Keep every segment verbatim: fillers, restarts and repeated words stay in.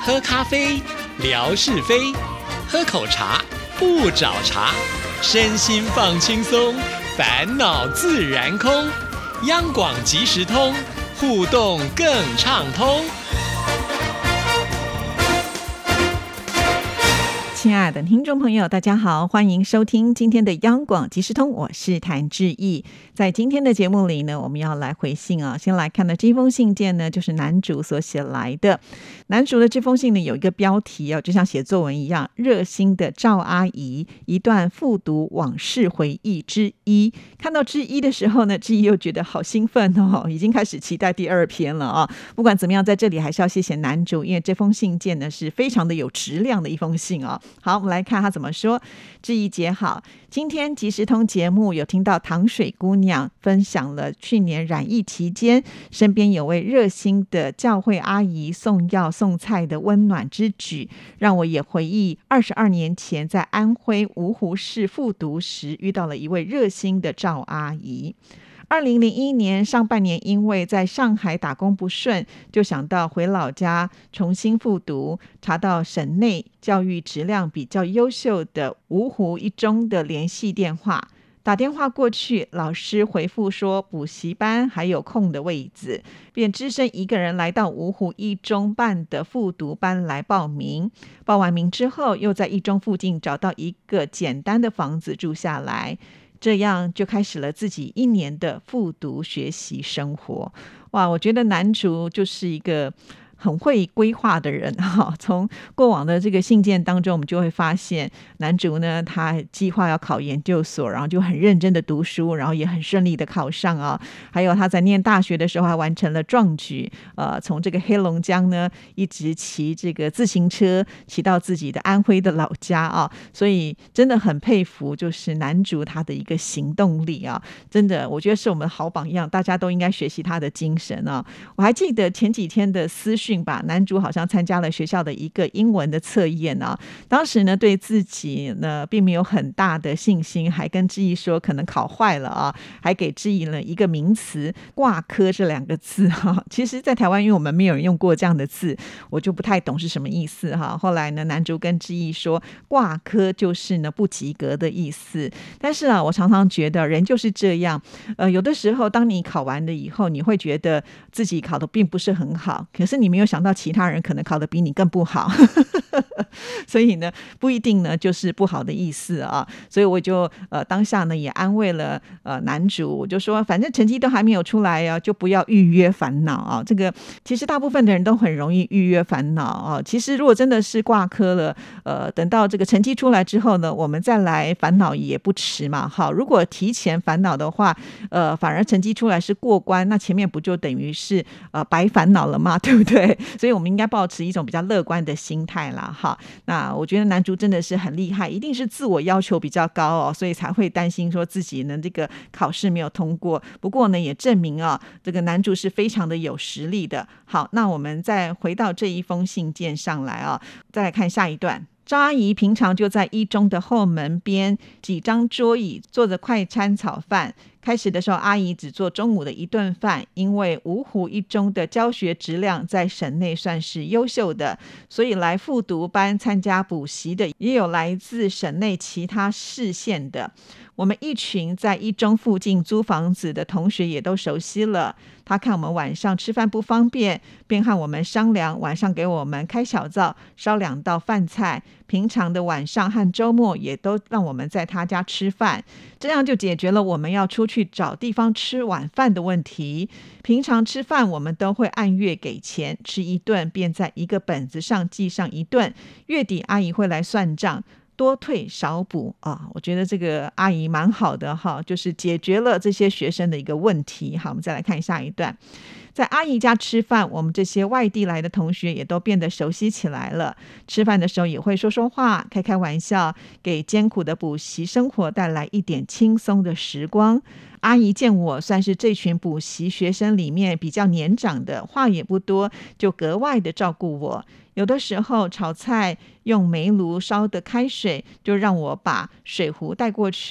喝咖啡，聊是非；喝口茶，不找茬。身心放轻松，烦恼自然空。央广即时通，互动更畅通。 亲爱的听众朋友，大家好，欢迎收听今天的央广即时通，我是谭志毅。在今天的节目里呢，我们要来回信啊。先来看的这封信件呢，就是男主所写来的。男主的这封信呢，有一个标题啊，就像写作文一样，热心的赵阿姨，一段复读往事回忆之一。看到之一的时候呢，志毅又觉得好兴奋哦，已经开始期待第二篇了啊。不管怎么样，在这里还是要谢谢男主，因为这封信件呢是非常的有质量的一封信啊。好，我们来看他怎么说。志毅姐好，今天即时通节目有听到糖水姑娘分享了去年染疫期间身边有位热心的教会阿姨送药送菜的温暖之举，让我也回忆二十二年前在安徽芜湖市复读时遇到了一位热心的赵阿姨。二零零一年上半年，因为在上海打工不顺，就想到回老家重新复读，查到省内教育质量比较优秀的芜湖一中的联系电话，打电话过去，老师回复说补习班还有空的位子，便只身一个人来到芜湖一中办的复读班来报名。报完名之后，又在一中附近找到一个简单的房子住下来，这样就开始了自己一年的复读学习生活。哇，我觉得男主就是一个很会规划的人哈。从过往的这个信件当中，我们就会发现男主呢，他计划要考研究所，然后就很认真的读书，然后也很顺利的考上啊。还有他在念大学的时候还完成了壮举，呃，从这个黑龙江呢一直骑这个自行车骑到自己的安徽的老家啊。所以真的很佩服，就是男主他的一个行动力啊，真的我觉得是我们的好榜样，大家都应该学习他的精神啊。我还记得前几天的私讯吧，男主好像参加了学校的一个英文的测验啊，当时呢对自己呢并没有很大的信心，还跟志毅说可能考坏了啊，还给志毅了一个名词挂科这两个字哈。其实在台湾因为我们没有人用过这样的字，我就不太懂是什么意思哈。后来呢男主跟志毅说挂科就是呢不及格的意思。但是啊，我常常觉得人就是这样，呃，有的时候当你考完了以后，你会觉得自己考的并不是很好，可是你没有想到其他人可能考的比你更不好所以呢不一定呢就是不好的意思啊。所以我就呃当下呢也安慰了呃男主，我就说反正成绩都还没有出来啊，就不要预约烦恼啊。这个其实大部分的人都很容易预约烦恼啊。其实如果真的是挂科了，呃等到这个成绩出来之后呢，我们再来烦恼也不迟嘛。好，如果提前烦恼的话，呃反而成绩出来是过关，那前面不就等于是呃白烦恼了吗？对不对？所以我们应该抱持一种比较乐观的心态啦。哈，那我觉得男主真的是很厉害，一定是自我要求比较高哦，所以才会担心说自己呢这个考试没有通过。不过呢也证明啊，这个男主是非常的有实力的。好，那我们再回到这一封信件上来啊，再来看下一段。赵阿姨平常就在一中的后门边几张桌椅坐着快餐炒饭。开始的时候阿姨只做中午的一顿饭，因为芜湖一中的教学质量在省内算是优秀的，所以来复读班参加补习的也有来自省内其他市县的。我们一群在一中附近租房子的同学也都熟悉了，他看我们晚上吃饭不方便，便和我们商量晚上给我们开小灶烧两道饭菜，平常的晚上和周末也都让我们在他家吃饭，这样就解决了我们要出去找地方吃晚饭的问题。平常吃饭我们都会按月给钱，吃一顿便在一个本子上记上一顿，月底阿姨会来算账，多退少补啊。我觉得这个阿姨蛮好的哈，就是解决了这些学生的一个问题。好，我们再来看下一段。在阿姨家吃饭，我们这些外地来的同学也都变得熟悉起来了，吃饭的时候也会说说话，开开玩笑，给艰苦的补习生活带来一点轻松的时光。阿姨见我算是这群补习学生里面比较年长的，话也不多，就格外的照顾我。有的时候炒菜用煤炉烧的开水，就让我把水壶带过去，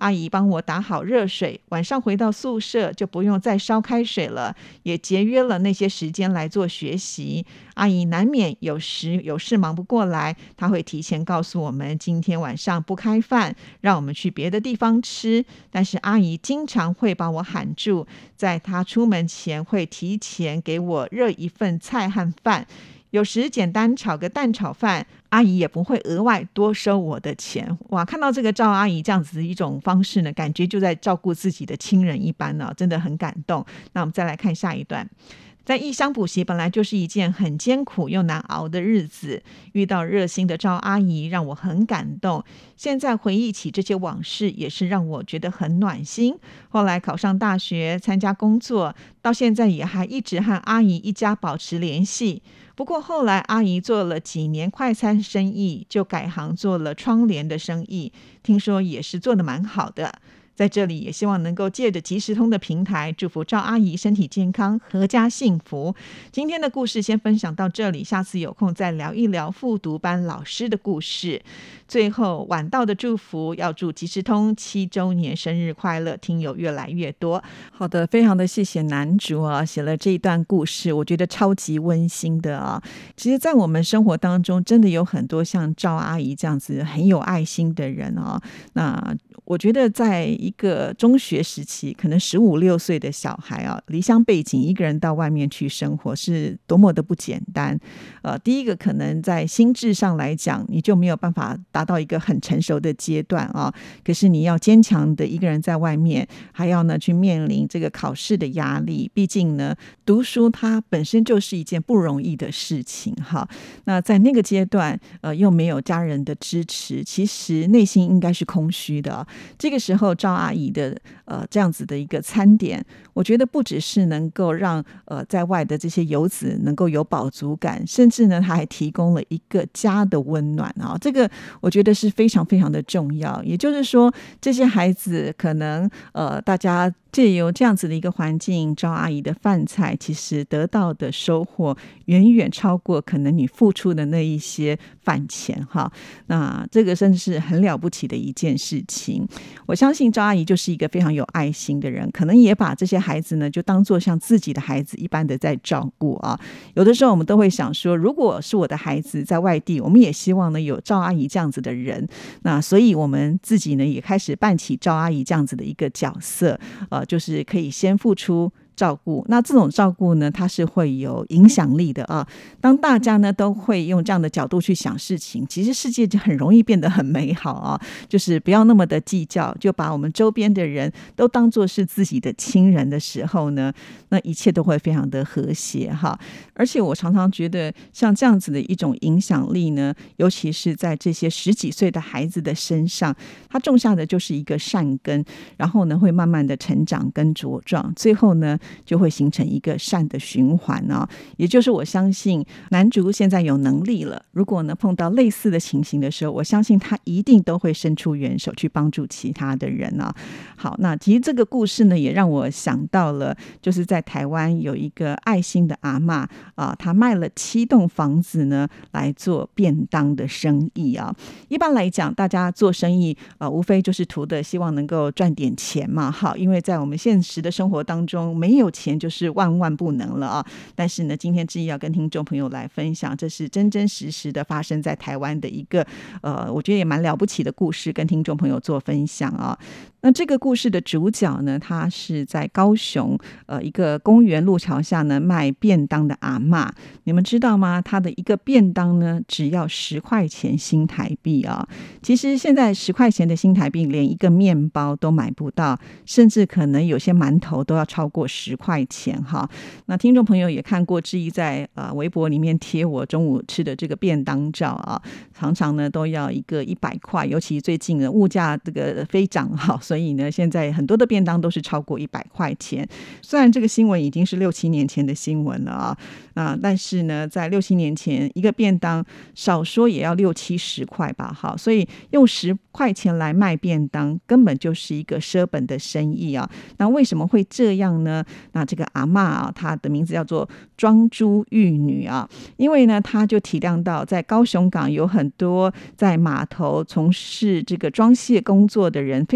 阿姨帮我打好热水，晚上回到宿舍就不用再烧开水了，也节约了那些时间来做学习。阿姨难免有时有事忙不过来，她会提前告诉我们今天晚上不开饭，让我们去别的地方吃。但是阿姨经常会把我喊住，在她出门前会提前给我热一份菜和饭，有时简单炒个蛋炒饭，阿姨也不会额外多收我的钱。哇，看到这个赵阿姨这样子的一种方式呢，感觉就在照顾自己的亲人一般呢、哦，真的很感动。那我们再来看下一段。在异乡补习本来就是一件很艰苦又难熬的日子，遇到热心的赵阿姨让我很感动，现在回忆起这些往事也是让我觉得很暖心。后来考上大学，参加工作，到现在也还一直和阿姨一家保持联系。不过后来阿姨做了几年快餐生意，就改行做了窗帘的生意，听说也是做得蛮好的。在这里也希望能够借着即时通的平台，祝福赵阿姨身体健康，阖家幸福。今天的故事先分享到这里，下次有空再聊一聊复读班老师的故事。最后晚到的祝福，要祝即时通七周年生日快乐，听友越来越多。好的，非常的谢谢南竹啊，写了这一段故事，我觉得超级温馨的啊。其实在我们生活当中真的有很多像赵阿姨这样子很有爱心的人啊。那我觉得在一个中学时期，可能十五六岁的小孩啊，离乡背井一个人到外面去生活是多么的不简单。呃，第一个可能在心智上来讲，你就没有办法达到一个很成熟的阶段啊。可是你要坚强的一个人在外面，还要呢去面临这个考试的压力。毕竟呢，读书它本身就是一件不容易的事情哈。那在那个阶段，呃，又没有家人的支持，其实内心应该是空虚的。这个时候赵阿姨的呃这样子的一个餐点，我觉得不只是能够让呃在外的这些游子能够有饱足感，甚至呢她还提供了一个家的温暖啊，这个我觉得是非常非常的重要。也就是说，这些孩子可能呃大家借由这样子的一个环境，赵阿姨的饭菜其实得到的收获远远超过可能你付出的那一些饭钱哈。那这个真是很了不起的一件事情。我相信赵阿姨就是一个非常有爱心的人，可能也把这些孩子呢就当作像自己的孩子一般的在照顾啊。有的时候我们都会想说，如果是我的孩子在外地，我们也希望呢有赵阿姨这样子的人。那所以我们自己呢也开始扮起赵阿姨这样子的一个角色，呃，就是可以先付出照顾，那这种照顾呢它是会有影响力的啊。当大家呢都会用这样的角度去想事情，其实世界就很容易变得很美好啊。就是不要那么的计较，就把我们周边的人都当作是自己的亲人的时候呢，那一切都会非常的和谐哈。而且我常常觉得像这样子的一种影响力呢，尤其是在这些十几岁的孩子的身上，他种下的就是一个善根，然后呢会慢慢的成长跟茁壮，最后呢就会形成一个善的循环啊。也就是我相信南竹现在有能力了，如果呢碰到类似的情形的时候，我相信他一定都会伸出援手去帮助其他的人啊。好，那其实这个故事呢也让我想到了，就是在台湾有一个爱心的阿嬷啊，她卖了七栋房子呢来做便当的生意啊。一般来讲，大家做生意啊，无非就是图的希望能够赚点钱嘛。好，因为在我们现实的生活当中，没有钱就是万万不能了啊。但是呢，今天志毅要跟听众朋友来分享，这是真真实实的发生在台湾的一个呃，我觉得也蛮了不起的故事，跟听众朋友做分享啊。那这个故事的主角呢，他是在高雄呃一个公园路桥下呢卖便当的阿嬷。你们知道吗？他的一个便当呢只要十块钱新台币啊。其实现在十块钱的新台币连一个面包都买不到，甚至可能有些馒头都要超过十块钱哈。那听众朋友也看过志毅在呃微博里面贴我中午吃的这个便当照啊，常常呢都要一个一百块，尤其最近的物价这个飞涨哈，所以呢现在很多的便当都是超过一百块钱。虽然这个新闻已经是六七年前的新闻了啊，啊，但是呢在六七年前一个便当少说也要六七十块吧，好，所以用十块钱来卖便当根本就是一个奢本的生意啊。那为什么会这样呢？那这个阿嬷啊，她的名字叫做庄珠玉女啊，因为呢她就体谅到在高雄港有很多在码头从事这个装卸工作的人非常的辛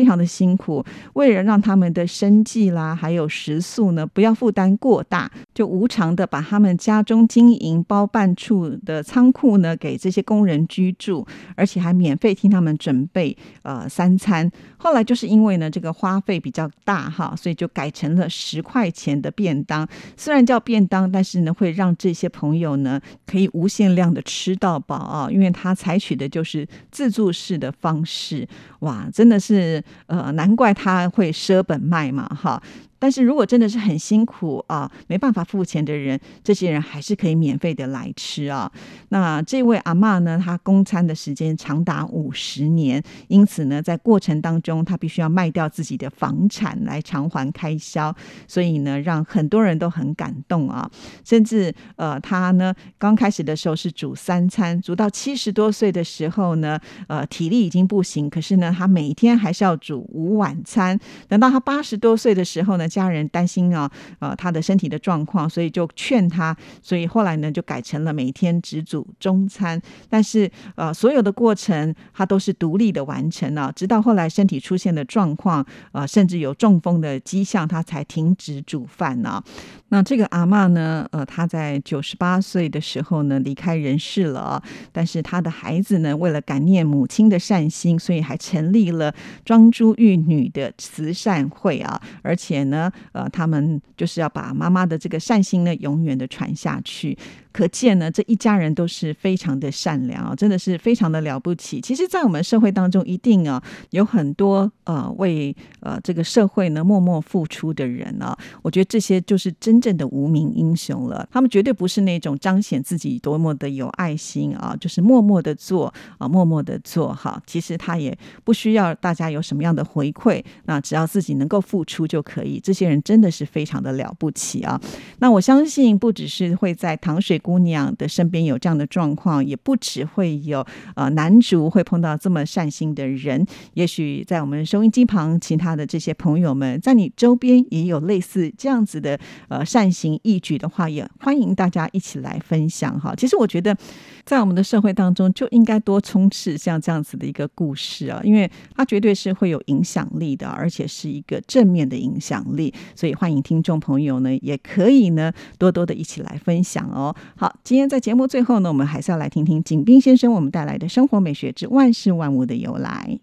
辛苦，为了让他们的生计啦还有食宿呢不要负担过大，就无偿的把他们家中经营包办处的仓库呢给这些工人居住，而且还免费替他们准备呃三餐。后来就是因为呢这个花费比较大哈，所以就改成了十块钱的便当。虽然叫便当，但是呢会让这些朋友呢可以无限量的吃到饱啊，因为他采取的就是自助式的方式。哇，真的是呃难怪他会舍本卖嘛哈。但是如果真的是很辛苦啊，没办法付钱的人，这些人还是可以免费的来吃啊。那这位阿嬷呢，她供餐的时间长达五十年，因此呢，在过程当中，她必须要卖掉自己的房产来偿还开销，所以呢，让很多人都很感动啊。甚至呃，她呢刚开始的时候是煮三餐，煮到七十多岁的时候呢，呃，体力已经不行，可是呢，她每天还是要煮五晚餐。等到她八十多岁的时候呢，家人担心啊，呃，他的身体的状况，所以就劝他，所以后来呢就改成了每天只煮中餐。但是呃，所有的过程他都是独立的完成啊，直到后来身体出现了状况，呃，甚至有中风的迹象，他才停止煮饭啊。那这个阿嬷呢，呃，她在九十八岁的时候呢离开人世了啊，但是她的孩子呢，为了感念母亲的善心，所以还成立了庄珠玉女的慈善会啊，而且呢。呃，他们就是要把妈妈的这个善心呢，永远的传下去。可见呢，这一家人都是非常的善良啊，真的是非常的了不起。其实在我们社会当中一定啊有很多呃为呃这个社会呢默默付出的人啊，我觉得这些就是真正的无名英雄了。他们绝对不是那种彰显自己多么的有爱心啊，就是默默的做啊，默默的做哈。其实他也不需要大家有什么样的回馈，那只要自己能够付出就可以。这些人真的是非常的了不起啊。那我相信不只是会在糖水姑娘的身边有这样的状况，也不只会有呃男主会碰到这么善心的人。也许在我们收音机旁其他的这些朋友们，在你周边也有类似这样子的呃善行义举的话，也欢迎大家一起来分享哈。其实我觉得在我们的社会当中就应该多充斥像这样子的一个故事啊，因为它绝对是会有影响力的，而且是一个正面的影响力。所以欢迎听众朋友呢也可以呢多多的一起来分享哦。好，今天在节目最后呢，我们还是要来听听景斌先生我们带来的生活美学之万事万物的由来。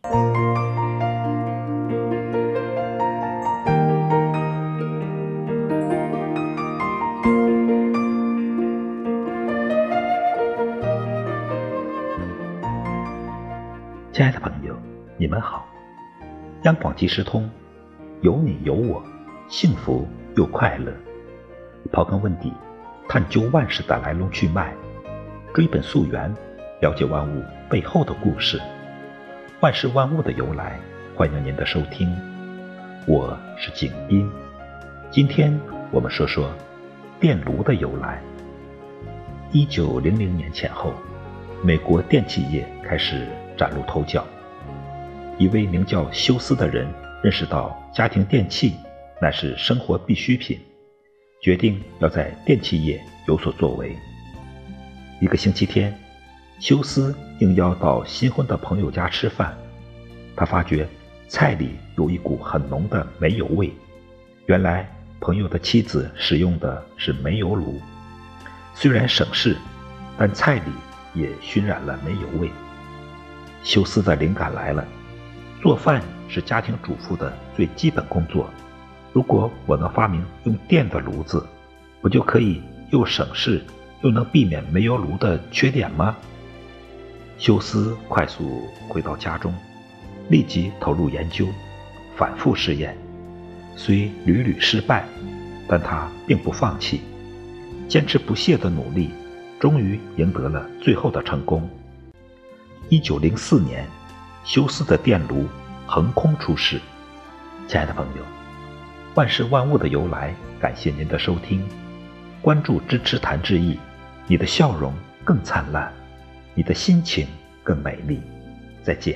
亲爱的朋友，你们好。央广即时通，有你有我，幸福又快乐。刨根问底，探究万事的来龙去脉，追本溯源，了解万物背后的故事。万事万物的由来，欢迎您的收听。我是景斌。今天我们说说电炉的由来。一九零零年前后，美国电器业开始崭露头角。一位名叫休斯的人认识到家庭电器乃是生活必需品，决定要在电器业有所作为。一个星期天，休斯应邀到新婚的朋友家吃饭，他发觉菜里有一股很浓的煤油味。原来朋友的妻子使用的是煤油炉，虽然省事，但菜里也熏染了煤油味。休斯的灵感来了，做饭是家庭主妇的最基本工作，如果我能发明用电的炉子，不就可以又省事又能避免煤油炉的缺点吗？休斯快速回到家中，立即投入研究，反复试验，虽屡屡失败，但他并不放弃，坚持不懈的努力，终于赢得了最后的成功。一九零四年，休斯的电炉横空出世。亲爱的朋友，万事万物的由来，感谢您的收听。关注支持谭志毅，你的笑容更灿烂，你的心情更美丽。再见。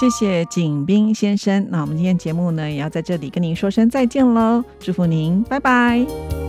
谢谢景斌先生。那我们今天节目呢，也要在这里跟您说声再见喽，祝福您，拜拜。